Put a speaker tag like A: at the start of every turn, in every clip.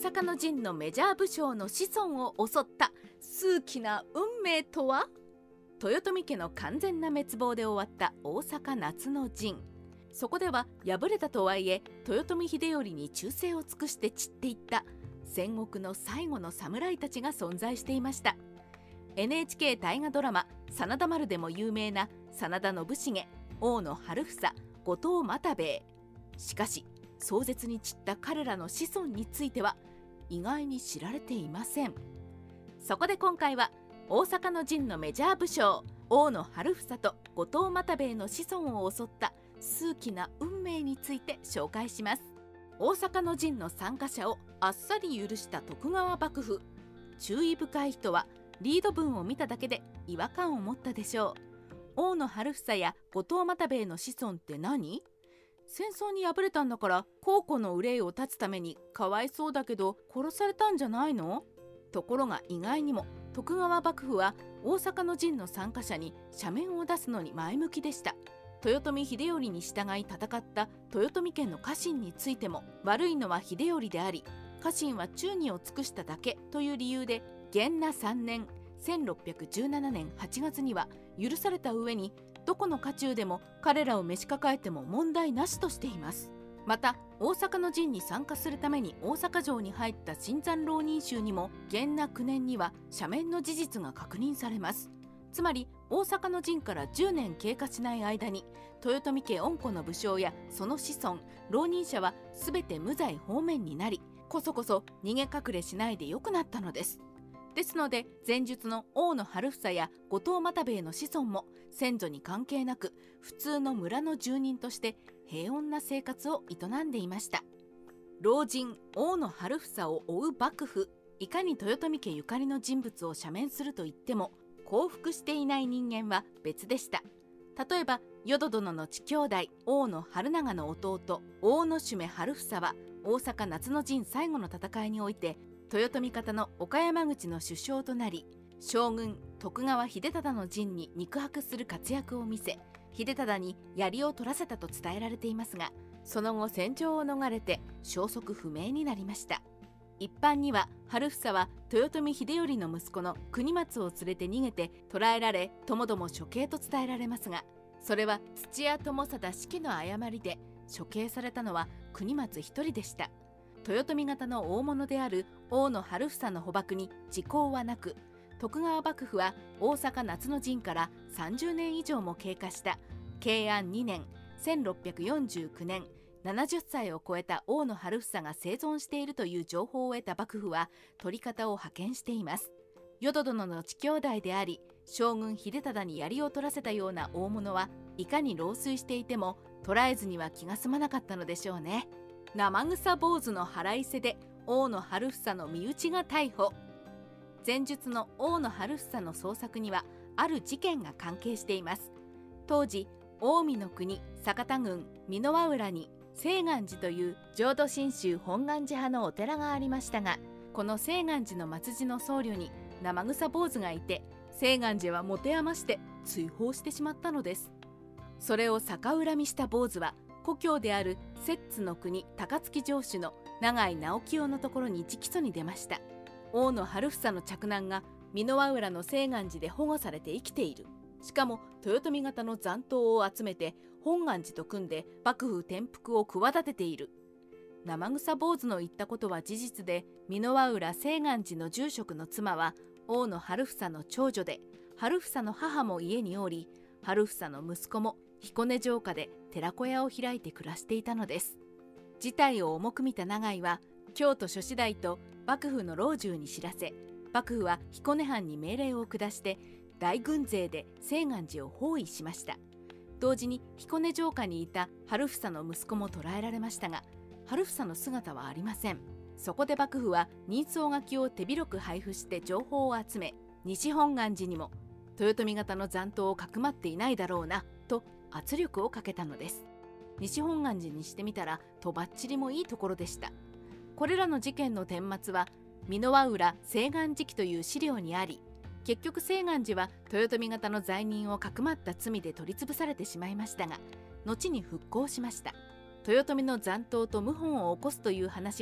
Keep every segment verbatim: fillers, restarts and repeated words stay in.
A: 阪の陣のメジャー武将の子孫を襲った数奇な運命とは。豊臣家の完全な滅亡で終わった大阪夏の陣。そこでは敗れたとはいえ豊臣秀頼に忠誠を尽くして散っていった戦国の最後の侍たちが存在していました。 エヌエイチケー 大河ドラマ「真田丸」でも有名な真田信繁、大野晴房、後藤又兵衛。しかし壮絶に散った彼らの子孫については意外に知られていません。そこで今回は大阪の陣のメジャー武将大野晴房と後藤又兵衛の子孫を襲った数奇な運命について紹介します。大阪の陣の参加者をあっさり許した徳川幕府。注意深い人はリード文を見ただけで違和感を持ったでしょう。大野晴房や後藤又兵衛の子孫って何？戦争に敗れたんだから皇庫の憂いを断つためにかわいそうだけど殺されたんじゃないの？ところが意外にも徳川幕府は大阪の陣の参加者に赦免を出すのに前向きでした。豊臣秀頼に従い戦った豊臣家の家臣についても悪いのは秀頼であり家臣は忠義を尽くしただけという理由で元和さんねんせんろっぴゃくじゅうななねんはちがつには許された上にどこの家中でも彼らを召し抱えても問題なしとしています。また大阪の陣に参加するために大阪城に入った新参浪人衆にも元和くねんには赦免の事実が確認されます。つまり大阪の陣からじゅうねん経過しない間に豊臣家恩子の武将やその子孫浪人者は全て無罪放免になりこそこそ逃げ隠れしないでよくなったのです。ですので前述の大野晴房や後藤又兵衛の子孫も先祖に関係なく普通の村の住人として平穏な生活を営んでいました。老人大野晴房を追う幕府。いかに豊臣家ゆかりの人物を赦免すると言っても降伏していない人間は別でした。例えば淀殿の父兄弟大野晴長の弟大野主晴房は大阪夏の陣最後の戦いにおいて豊臣方の岡山口の首相となり将軍徳川秀忠の陣に肉薄する活躍を見せ秀忠に槍を取らせたと伝えられていますがその後戦場を逃れて消息不明になりました。一般には晴房は豊臣秀頼の息子の国松を連れて逃げて捕らえられともども処刑と伝えられますがそれは土屋友貞死期の誤りで処刑されたのは国松一人でした。豊臣方の大物である大野晴房の捕獲に時効はなく徳川幕府は大阪夏の陣からさんじゅうねん以上も経過した慶安にねんせんろっぴゃくよんじゅうきゅうねんななじゅっさいを超えた大野晴房が生存しているという情報を得た幕府は取り方を派遣しています。淀殿の父兄弟であり将軍秀忠に槍を取らせたような大物はいかに老衰していても捕らえずには気が済まなかったのでしょうね。生臭坊主の腹いせで大野晴房の身内が逮捕。前述の大野晴房の捜索にはある事件が関係しています。当時近江の国酒田郡箕輪浦に清願寺という浄土真宗本願寺派のお寺がありましたがこの清願寺の末寺の僧侶に生臭坊主がいて清願寺は持て余して追放してしまったのです。それを逆恨みした坊主は故郷である摂津の国高槻城主の永井直清のところに直訴に出ました。大野晴房の嫡男が箕輪浦の清願寺で保護されて生きている。しかも豊臣方の残党を集めて本願寺と組んで幕府転覆を企てている。生臭坊主の言ったことは事実で箕輪浦清願寺の住職の妻は大野晴房の長女で晴房の母も家におり晴房の息子も彦根城下で寺子屋を開いて暮らしていたのです。事態を重く見た永井は京都諸子代と幕府の老中に知らせ幕府は彦根藩に命令を下して大軍勢で清願寺を包囲しました。同時に彦根城下にいた晴房の息子も捕らえられましたが晴房の姿はありません。そこで幕府は人相書きを手広く配布して情報を集め西本願寺にも豊臣方の残党をかくまっていないだろうなと圧力をかけたのです。西本願寺にしてみたらとばっちりもいいところでした。これらの事件の顛末は箕輪浦清願寺記という資料にあり結局清願寺は豊臣方の罪人をかくまった罪で取り潰されてしまいましたが後に復興しました。豊臣の残党と謀反を起こすという話は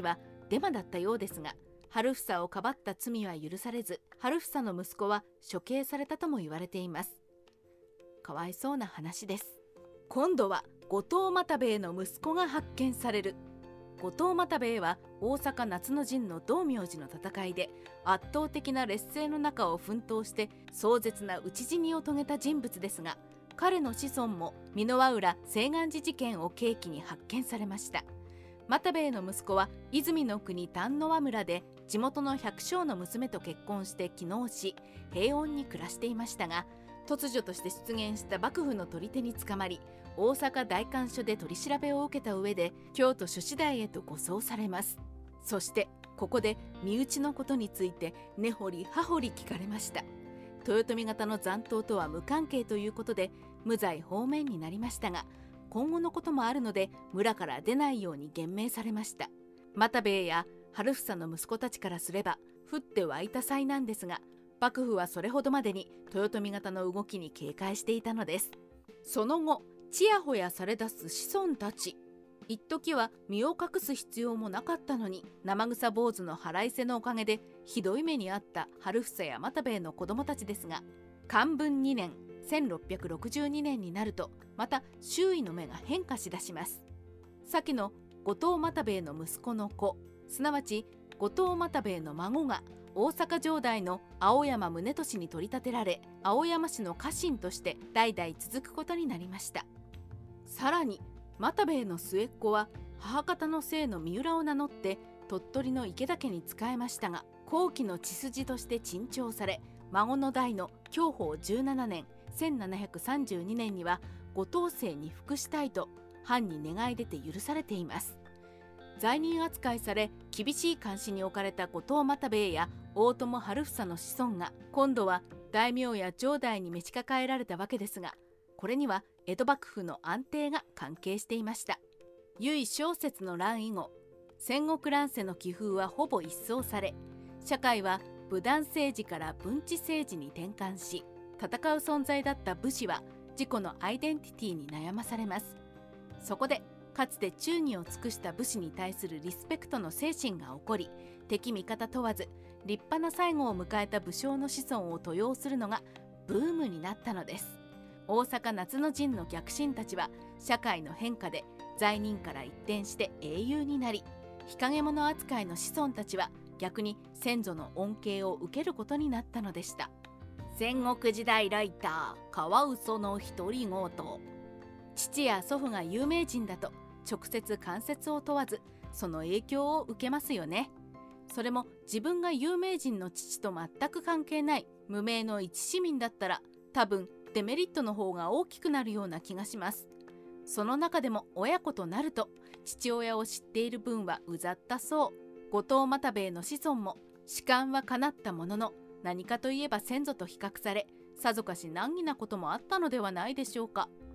A: デマだったようですが、春房をかばった罪は許されず、春房の息子は処刑されたとも言われています。かわいそうな話です。今度は後藤又兵衛の息子が発見される。後藤又兵衛は大坂夏の陣の道明寺の戦いで圧倒的な劣勢の中を奮闘して壮絶な討ち死にを遂げた人物ですが、彼の子孫も美濃和浦西岸寺事件を契機に発見されました。又兵衛の息子は泉の国丹野和村で地元の百姓の娘と結婚して帰農し、平穏に暮らしていましたが、突如として出現した幕府の取り手に捕まり、大阪代官所で取り調べを受けた上で京都諸子台へと護送されます。そしてここで身内のことについて根掘り葉掘り聞かれました。豊臣方の残党とは無関係ということで無罪放免になりましたが、今後のこともあるので村から出ないように厳命されました。又兵衛や春房の息子たちからすれば降って湧いた災難ですが、幕府はそれほどまでに豊臣方の動きに警戒していたのです。その後ちやほやされ出す子孫たち、一時は身を隠す必要もなかったのに、生臭坊主の腹いせのおかげでひどい目にあった春房や又兵衛の子供たちですが、寛文にねんせんろっぴゃくろくじゅうにねんになるとまた周囲の目が変化しだします。先の後藤又兵衛の息子の子、すなわち後藤又兵衛の孫が大阪城代の青山宗俊に取り立てられ、青山氏の家臣として代々続くことになりました。さらに又兵衛の末っ子は母方の姓の三浦を名乗って鳥取の池田家に仕えましたが、後期の血筋として珍重され、孫の代の享保じゅうななねんせんななひゃくさんじゅうにねんには後藤姓に服したいと藩に願い出て許されています。罪人扱いされ厳しい監視に置かれた後藤又兵衛や大友春房の子孫が今度は大名や城代に召し抱えられたわけですが、これには江戸幕府の安定が関係していました。由小説の乱以後、戦国乱世の気風はほぼ一掃され、社会は武断政治から文治政治に転換し、戦う存在だった武士は自己のアイデンティティに悩まされます。そこでかつて忠義を尽くした武士に対するリスペクトの精神が起こり、敵味方問わず立派な最後を迎えた武将の子孫を登用するのがブームになったのです。大阪夏の陣の逆臣たちは社会の変化で罪人から一転して英雄になり、日陰者扱いの子孫たちは逆に先祖の恩恵を受けることになったのでした。戦国時代ライターカワウソの独り言。父や祖父が有名人だと直接間接を問わずその影響を受けますよね。それも自分が有名人の父と全く関係ない無名の一市民だったら多分デメリットの方が大きくなるような気がします。その中でも親子となると父親を知っている分はうざったそう。後藤又兵衛の子孫も仕官はかなったものの、何かといえば先祖と比較されさぞかし難儀なこともあったのではないでしょうか。